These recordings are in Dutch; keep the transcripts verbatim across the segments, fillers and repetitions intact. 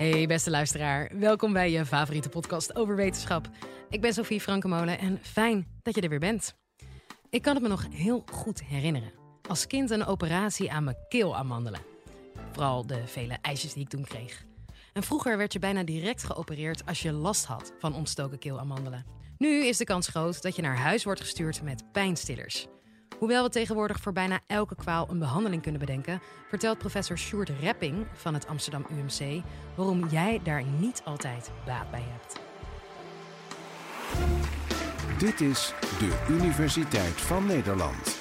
Hey beste luisteraar, welkom bij je favoriete podcast over wetenschap. Ik ben Sophie Frankemolen en fijn dat je er weer bent. Ik kan het me nog heel goed herinneren. Als kind een operatie aan mijn keelamandelen. Vooral de vele ijsjes die ik toen kreeg. En vroeger werd je bijna direct geopereerd als je last had van ontstoken keelamandelen. Nu is de kans groot dat je naar huis wordt gestuurd met pijnstillers. Hoewel we tegenwoordig voor bijna elke kwaal een behandeling kunnen bedenken, vertelt professor Sjoerd Repping van het Amsterdam U M C waarom jij daar niet altijd baat bij hebt. Dit is de Universiteit van Nederland.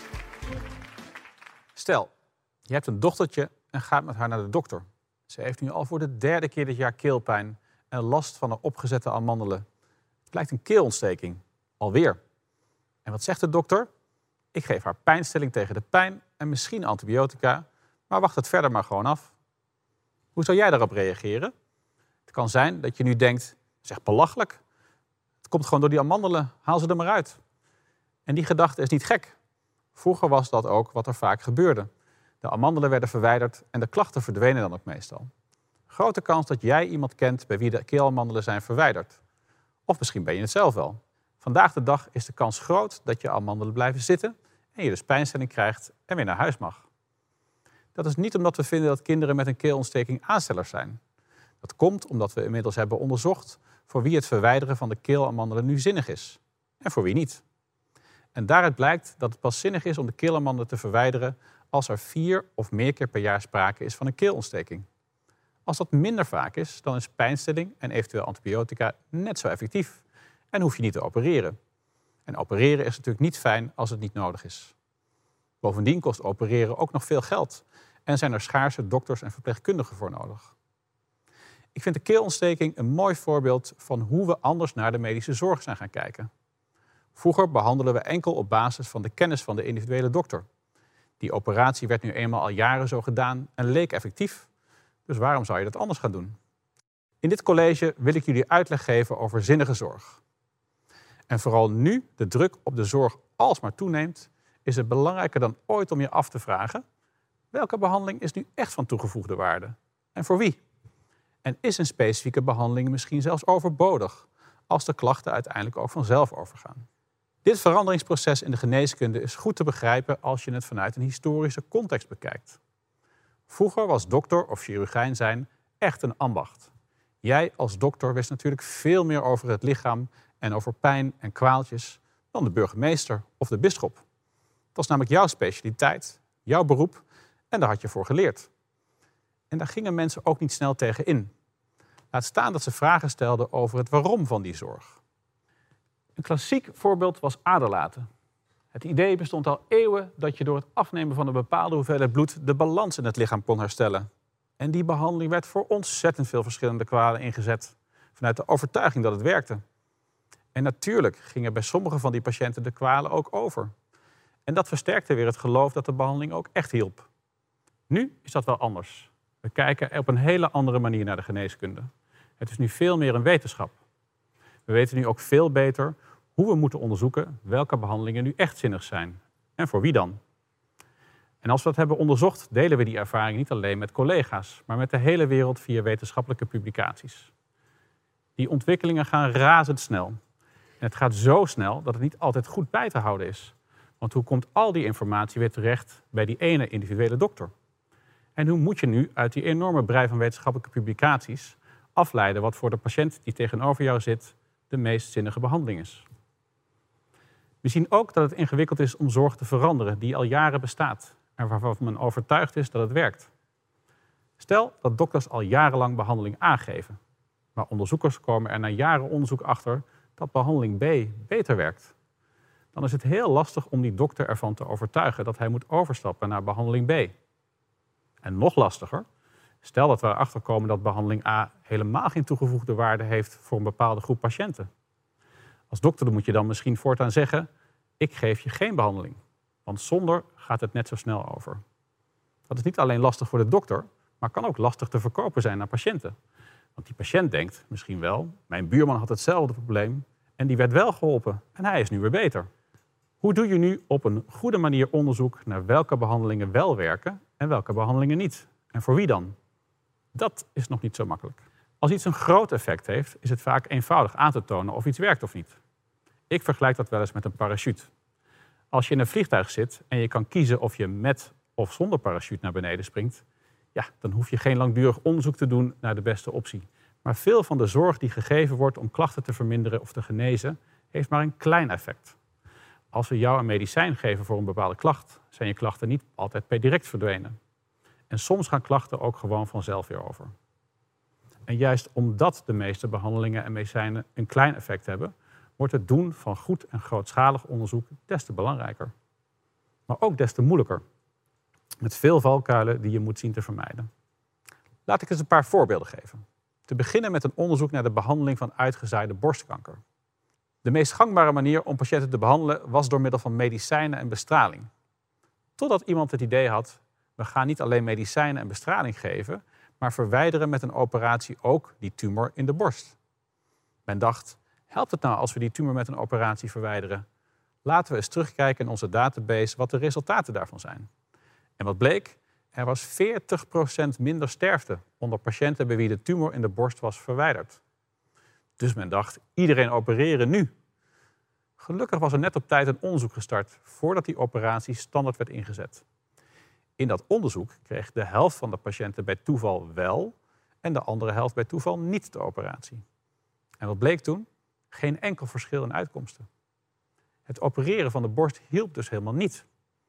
Stel, je hebt een dochtertje en gaat met haar naar de dokter. Ze heeft nu al voor de derde keer dit jaar keelpijn en last van een opgezette amandelen. Het blijkt een keelontsteking. Alweer. En wat zegt de dokter? Ik geef haar pijnstilling tegen de pijn en misschien antibiotica, maar wacht het verder maar gewoon af. Hoe zou jij daarop reageren? Het kan zijn dat je nu denkt, zeg belachelijk. Het komt gewoon door die amandelen, haal ze er maar uit. En die gedachte is niet gek. Vroeger was dat ook wat er vaak gebeurde. De amandelen werden verwijderd en de klachten verdwenen dan ook meestal. Grote kans dat jij iemand kent bij wie de keelamandelen zijn verwijderd. Of misschien ben je het zelf wel. Vandaag de dag is de kans groot dat je amandelen blijven zitten en je dus pijnstilling krijgt en weer naar huis mag. Dat is niet omdat we vinden dat kinderen met een keelontsteking aanstellers zijn. Dat komt omdat we inmiddels hebben onderzocht voor wie het verwijderen van de keelamandelen nu zinnig is en voor wie niet. En daaruit blijkt dat het pas zinnig is om de keelamandelen te verwijderen als er vier of meer keer per jaar sprake is van een keelontsteking. Als dat minder vaak is, dan is pijnstilling en eventueel antibiotica net zo effectief en hoef je niet te opereren. En opereren is natuurlijk niet fijn als het niet nodig is. Bovendien kost opereren ook nog veel geld en zijn er schaarse dokters en verpleegkundigen voor nodig. Ik vind de keelontsteking een mooi voorbeeld van hoe we anders naar de medische zorg zijn gaan kijken. Vroeger behandelen we enkel op basis van de kennis van de individuele dokter. Die operatie werd nu eenmaal al jaren zo gedaan en leek effectief. Dus waarom zou je dat anders gaan doen? In dit college wil ik jullie uitleg geven over zinnige zorg. En vooral nu de druk op de zorg alsmaar toeneemt, is het belangrijker dan ooit om je af te vragen: welke behandeling is nu echt van toegevoegde waarde? En voor wie? En is een specifieke behandeling misschien zelfs overbodig, als de klachten uiteindelijk ook vanzelf overgaan? Dit veranderingsproces in de geneeskunde is goed te begrijpen als je het vanuit een historische context bekijkt. Vroeger was dokter of chirurgijn zijn echt een ambacht. Jij als dokter wist natuurlijk veel meer over het lichaam en over pijn en kwaaltjes dan de burgemeester of de bisschop. Dat was namelijk jouw specialiteit, jouw beroep en daar had je voor geleerd. En daar gingen mensen ook niet snel tegen in. Laat staan dat ze vragen stelden over het waarom van die zorg. Een klassiek voorbeeld was aderlaten. Het idee bestond al eeuwen dat je door het afnemen van een bepaalde hoeveelheid bloed de balans in het lichaam kon herstellen. En die behandeling werd voor ontzettend veel verschillende kwalen ingezet, vanuit de overtuiging dat het werkte. En natuurlijk gingen bij sommige van die patiënten de kwalen ook over. En dat versterkte weer het geloof dat de behandeling ook echt hielp. Nu is dat wel anders. We kijken op een hele andere manier naar de geneeskunde. Het is nu veel meer een wetenschap. We weten nu ook veel beter hoe we moeten onderzoeken welke behandelingen nu echt zinnig zijn. En voor wie dan? En als we dat hebben onderzocht, delen we die ervaring niet alleen met collega's, maar met de hele wereld via wetenschappelijke publicaties. Die ontwikkelingen gaan razendsnel. En het gaat zo snel dat het niet altijd goed bij te houden is. Want hoe komt al die informatie weer terecht bij die ene individuele dokter? En hoe moet je nu uit die enorme brei van wetenschappelijke publicaties afleiden wat voor de patiënt die tegenover jou zit de meest zinnige behandeling is? We zien ook dat het ingewikkeld is om zorg te veranderen die al jaren bestaat en waarvan men overtuigd is dat het werkt. Stel dat dokters al jarenlang behandeling A geven, maar onderzoekers komen er na jaren onderzoek achter dat behandeling B beter werkt. Dan is het heel lastig om die dokter ervan te overtuigen dat hij moet overstappen naar behandeling B. En nog lastiger, stel dat we erachter komen dat behandeling A helemaal geen toegevoegde waarde heeft voor een bepaalde groep patiënten. Als dokter moet je dan misschien voortaan zeggen: ik geef je geen behandeling, want zonder gaat het net zo snel over. Dat is niet alleen lastig voor de dokter, maar kan ook lastig te verkopen zijn naar patiënten. Want die patiënt denkt misschien wel: mijn buurman had hetzelfde probleem en die werd wel geholpen en hij is nu weer beter. Hoe doe je nu op een goede manier onderzoek naar welke behandelingen wel werken en welke behandelingen niet? En voor wie dan? Dat is nog niet zo makkelijk. Als iets een groot effect heeft, is het vaak eenvoudig aan te tonen of iets werkt of niet. Ik vergelijk dat wel eens met een parachute. Als je in een vliegtuig zit en je kan kiezen of je met of zonder parachute naar beneden springt, ja, dan hoef je geen langdurig onderzoek te doen naar de beste optie. Maar veel van de zorg die gegeven wordt om klachten te verminderen of te genezen, heeft maar een klein effect. Als we jou een medicijn geven voor een bepaalde klacht, zijn je klachten niet altijd per direct verdwenen. En soms gaan klachten ook gewoon vanzelf weer over. En juist omdat de meeste behandelingen en medicijnen een klein effect hebben, wordt het doen van goed en grootschalig onderzoek des te belangrijker. Maar ook des te moeilijker. Met veel valkuilen die je moet zien te vermijden. Laat ik eens een paar voorbeelden geven. Te beginnen met een onderzoek naar de behandeling van uitgezaaide borstkanker. De meest gangbare manier om patiënten te behandelen was door middel van medicijnen en bestraling. Totdat iemand het idee had, we gaan niet alleen medicijnen en bestraling geven, maar verwijderen met een operatie ook die tumor in de borst. Men dacht, helpt het nou als we die tumor met een operatie verwijderen? Laten we eens terugkijken in onze database wat de resultaten daarvan zijn. En wat bleek? Er was veertig procent minder sterfte onder patiënten bij wie de tumor in de borst was verwijderd. Dus men dacht, iedereen opereren nu. Gelukkig was er net op tijd een onderzoek gestart voordat die operatie standaard werd ingezet. In dat onderzoek kreeg de helft van de patiënten bij toeval wel en de andere helft bij toeval niet de operatie. En wat bleek toen? Geen enkel verschil in uitkomsten. Het opereren van de borst hielp dus helemaal niet.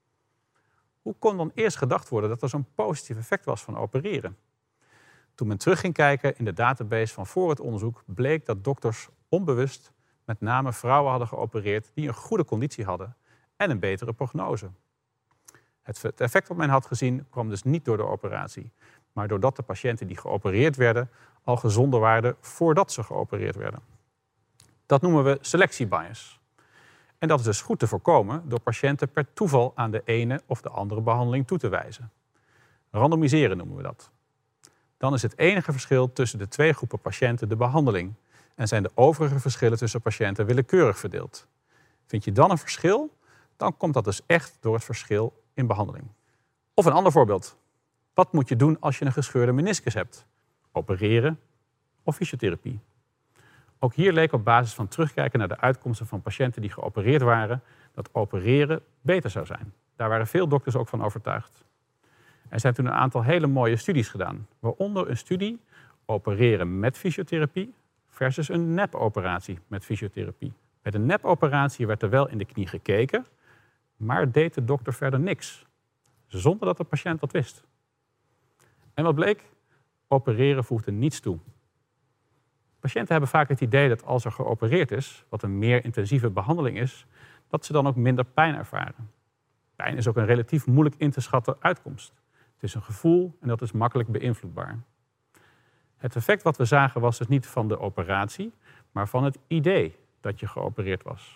Hoe kon dan eerst gedacht worden dat er zo'n positief effect was van opereren? Toen men terug ging kijken in de database van voor het onderzoek, bleek dat dokters onbewust met name vrouwen hadden geopereerd die een goede conditie hadden en een betere prognose. Het effect wat men had gezien kwam dus niet door de operatie, maar doordat de patiënten die geopereerd werden al gezonder waren voordat ze geopereerd werden. Dat noemen we selectiebias. En dat is dus goed te voorkomen door patiënten per toeval aan de ene of de andere behandeling toe te wijzen. Randomiseren noemen we dat. Dan is het enige verschil tussen de twee groepen patiënten de behandeling en zijn de overige verschillen tussen patiënten willekeurig verdeeld. Vind je dan een verschil? Dan komt dat dus echt door het verschil in behandeling. Of een ander voorbeeld. Wat moet je doen als je een gescheurde meniscus hebt? Opereren of fysiotherapie? Ook hier leek op basis van terugkijken naar de uitkomsten van patiënten die geopereerd waren, dat opereren beter zou zijn. Daar waren veel dokters ook van overtuigd. Er zijn toen een aantal hele mooie studies gedaan, waaronder een studie opereren met fysiotherapie versus een nepoperatie met fysiotherapie. Bij de nepoperatie werd er wel in de knie gekeken, maar deed de dokter verder niks, zonder dat de patiënt dat wist. En wat bleek? Opereren voegde niets toe. Patiënten hebben vaak het idee dat als er geopereerd is, wat een meer intensieve behandeling is, dat ze dan ook minder pijn ervaren. Pijn is ook een relatief moeilijk in te schatten uitkomst. Het is een gevoel en dat is makkelijk beïnvloedbaar. Het effect wat we zagen was dus niet van de operatie, maar van het idee dat je geopereerd was.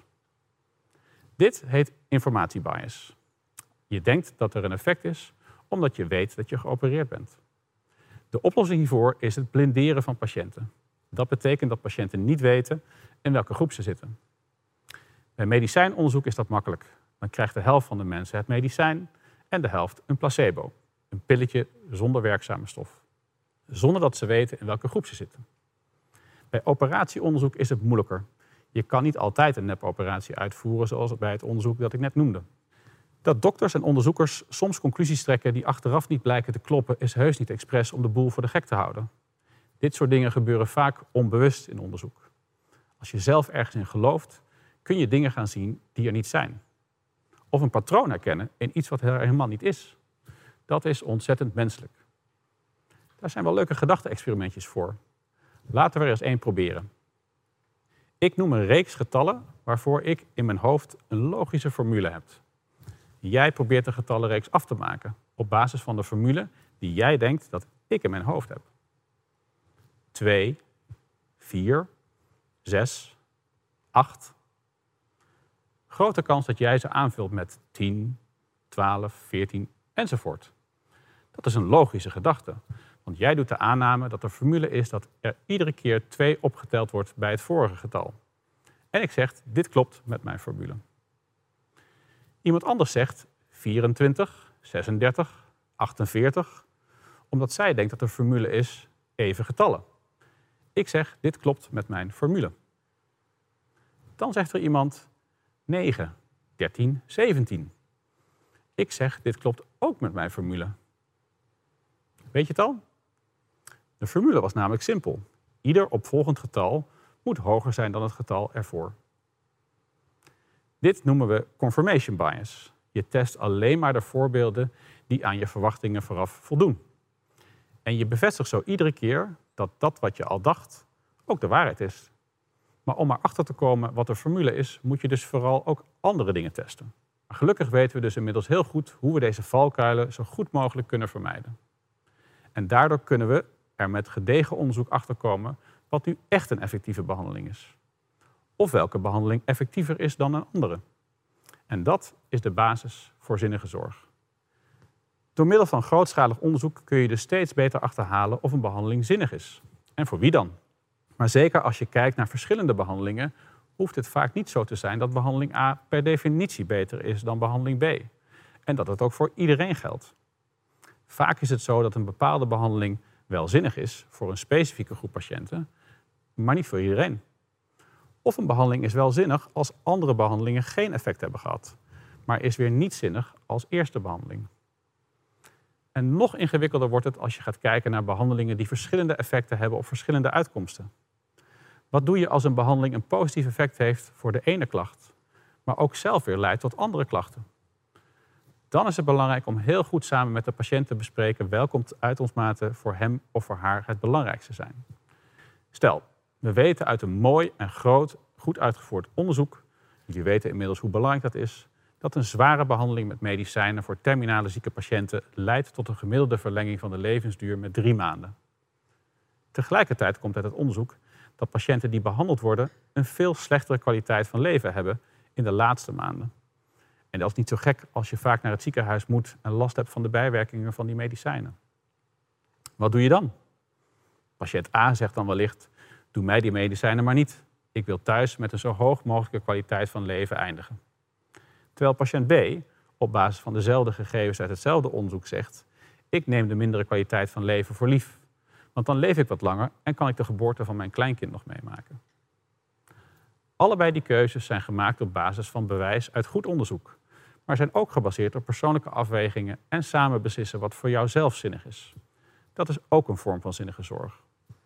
Dit heet informatiebias. Je denkt dat er een effect is, omdat je weet dat je geopereerd bent. De oplossing hiervoor is het blinderen van patiënten. Dat betekent dat patiënten niet weten in welke groep ze zitten. Bij medicijnonderzoek is dat makkelijk. Dan krijgt de helft van de mensen het medicijn en de helft een placebo. Een pilletje zonder werkzame stof. Zonder dat ze weten in welke groep ze zitten. Bij operatieonderzoek is het moeilijker. Je kan niet altijd een nepoperatie uitvoeren zoals bij het onderzoek dat ik net noemde. Dat dokters en onderzoekers soms conclusies trekken die achteraf niet blijken te kloppen, is heus niet expres om de boel voor de gek te houden. Dit soort dingen gebeuren vaak onbewust in onderzoek. Als je zelf ergens in gelooft, kun je dingen gaan zien die er niet zijn. Of een patroon herkennen in iets wat er helemaal niet is. Dat is ontzettend menselijk. Daar zijn wel leuke gedachte-experimentjes voor. Laten we er eens één proberen. Ik noem een reeks getallen waarvoor ik in mijn hoofd een logische formule heb. Jij probeert de getallenreeks af te maken op basis van de formule die jij denkt dat ik in mijn hoofd heb. twee, vier, zes, acht. Grote kans dat jij ze aanvult met tien, twaalf, veertien enzovoort. Dat is een logische gedachte. Want jij doet de aanname dat de formule is dat er iedere keer twee opgeteld wordt bij het vorige getal. En ik zeg, dit klopt met mijn formule. Iemand anders zegt vierentwintig, zesendertig, achtenveertig, omdat zij denkt dat de formule is even getallen. Ik zeg, dit klopt met mijn formule. Dan zegt er iemand negen, dertien, zeventien. Ik zeg, dit klopt ook met mijn formule. Weet je het al? De formule was namelijk simpel. Ieder opvolgend getal moet hoger zijn dan het getal ervoor. Dit noemen we confirmation bias. Je test alleen maar de voorbeelden die aan je verwachtingen vooraf voldoen. En je bevestigt zo iedere keer dat dat wat je al dacht ook de waarheid is. Maar om erachter te komen wat de formule is, moet je dus vooral ook andere dingen testen. Maar gelukkig weten we dus inmiddels heel goed hoe we deze valkuilen zo goed mogelijk kunnen vermijden. En daardoor kunnen we er met gedegen onderzoek achter komen wat nu echt een effectieve behandeling is. Of welke behandeling effectiever is dan een andere. En dat is de basis voor zinnige zorg. Door middel van grootschalig onderzoek kun je dus steeds beter achterhalen of een behandeling zinnig is. En voor wie dan? Maar zeker als je kijkt naar verschillende behandelingen, hoeft het vaak niet zo te zijn dat behandeling A per definitie beter is dan behandeling B. En dat het ook voor iedereen geldt. Vaak is het zo dat een bepaalde behandeling wel zinnig is voor een specifieke groep patiënten, maar niet voor iedereen. Of een behandeling is wel zinnig als andere behandelingen geen effect hebben gehad, maar is weer niet zinnig als eerste behandeling. En nog ingewikkelder wordt het als je gaat kijken naar behandelingen die verschillende effecten hebben op verschillende uitkomsten. Wat doe je als een behandeling een positief effect heeft voor de ene klacht, maar ook zelf weer leidt tot andere klachten? Dan is het belangrijk om heel goed samen met de patiënt te bespreken welke uitkomstmaten voor hem of voor haar het belangrijkste zijn. Stel, we weten uit een mooi en groot, goed uitgevoerd onderzoek, jullie weten inmiddels hoe belangrijk dat is, dat een zware behandeling met medicijnen voor terminale zieke patiënten leidt tot een gemiddelde verlenging van de levensduur met drie maanden. Tegelijkertijd komt uit het onderzoek dat patiënten die behandeld worden een veel slechtere kwaliteit van leven hebben in de laatste maanden. En dat is niet zo gek als je vaak naar het ziekenhuis moet en last hebt van de bijwerkingen van die medicijnen. Wat doe je dan? Patiënt A zegt dan wellicht, doe mij die medicijnen maar niet. Ik wil thuis met een zo hoog mogelijke kwaliteit van leven eindigen. Terwijl patiënt B op basis van dezelfde gegevens uit hetzelfde onderzoek zegt, ik neem de mindere kwaliteit van leven voor lief. Want dan leef ik wat langer en kan ik de geboorte van mijn kleinkind nog meemaken. Allebei die keuzes zijn gemaakt op basis van bewijs uit goed onderzoek, maar zijn ook gebaseerd op persoonlijke afwegingen en samen beslissen wat voor jou zelf zinnig is. Dat is ook een vorm van zinnige zorg.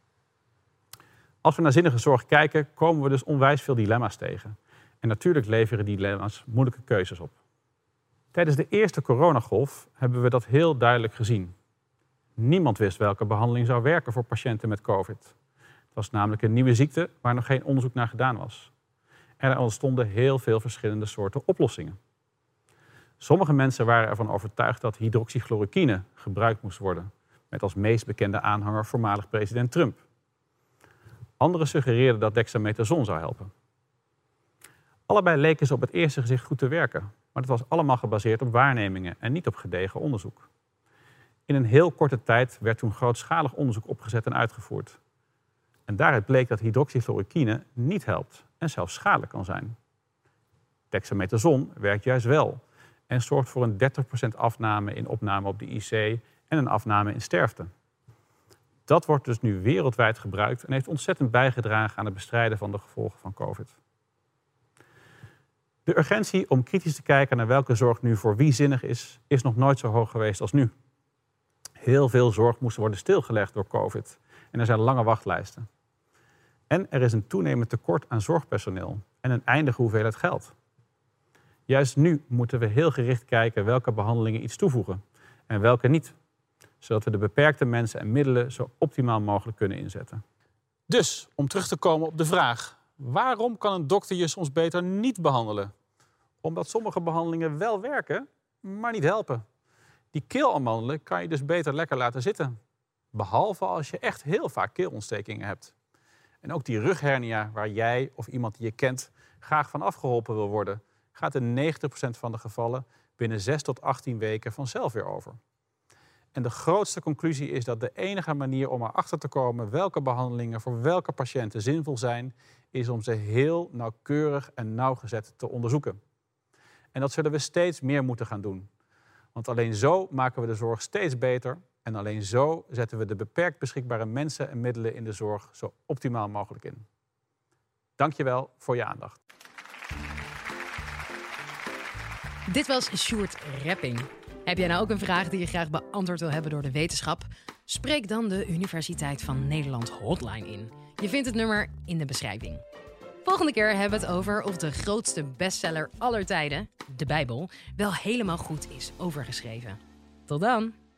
Als we naar zinnige zorg kijken, komen we dus onwijs veel dilemma's tegen. En natuurlijk leveren die dilemma's moeilijke keuzes op. Tijdens de eerste coronagolf hebben we dat heel duidelijk gezien. Niemand wist welke behandeling zou werken voor patiënten met COVID. Het was namelijk een nieuwe ziekte waar nog geen onderzoek naar gedaan was. En er ontstonden heel veel verschillende soorten oplossingen. Sommige mensen waren ervan overtuigd dat hydroxychloroquine gebruikt moest worden, met als meest bekende aanhanger voormalig president Trump. Anderen suggereerden dat dexamethason zou helpen. Allebei leken ze op het eerste gezicht goed te werken, maar het was allemaal gebaseerd op waarnemingen en niet op gedegen onderzoek. In een heel korte tijd werd toen grootschalig onderzoek opgezet en uitgevoerd. En daaruit bleek dat hydroxychloroquine niet helpt en zelfs schadelijk kan zijn. Dexamethason werkt juist wel en zorgt voor een dertig procent afname in opname op de I C en een afname in sterfte. Dat wordt dus nu wereldwijd gebruikt en heeft ontzettend bijgedragen aan het bestrijden van de gevolgen van COVID. De urgentie om kritisch te kijken naar welke zorg nu voor wie zinnig is, is nog nooit zo hoog geweest als nu. Heel veel zorg moest worden stilgelegd door COVID en er zijn lange wachtlijsten. En er is een toenemend tekort aan zorgpersoneel en een eindige hoeveelheid geld. Juist nu moeten we heel gericht kijken welke behandelingen iets toevoegen en welke niet, zodat we de beperkte mensen en middelen zo optimaal mogelijk kunnen inzetten. Dus, om terug te komen op de vraag, waarom kan een dokter je soms beter niet behandelen? Omdat sommige behandelingen wel werken, maar niet helpen. Die keelamandelen kan je dus beter lekker laten zitten. Behalve als je echt heel vaak keelontstekingen hebt. En ook die rughernia waar jij of iemand die je kent graag van afgeholpen wil worden, gaat in negentig procent van de gevallen binnen zes tot achttien weken vanzelf weer over. En de grootste conclusie is dat de enige manier om erachter te komen welke behandelingen voor welke patiënten zinvol zijn, is om ze heel nauwkeurig en nauwgezet te onderzoeken. En dat zullen we steeds meer moeten gaan doen. Want alleen zo maken we de zorg steeds beter En alleen zo zetten we de beperkt beschikbare mensen en middelen in de zorg zo optimaal mogelijk in. Dank je wel voor je aandacht. Dit was Sjoerd Repping. Heb jij nou ook een vraag die je graag beantwoord wil hebben door de wetenschap? Spreek dan de Universiteit van Nederland hotline in. Je vindt het nummer in de beschrijving. Volgende keer hebben we het over of de grootste bestseller aller tijden, de Bijbel, wel helemaal goed is overgeschreven. Tot dan!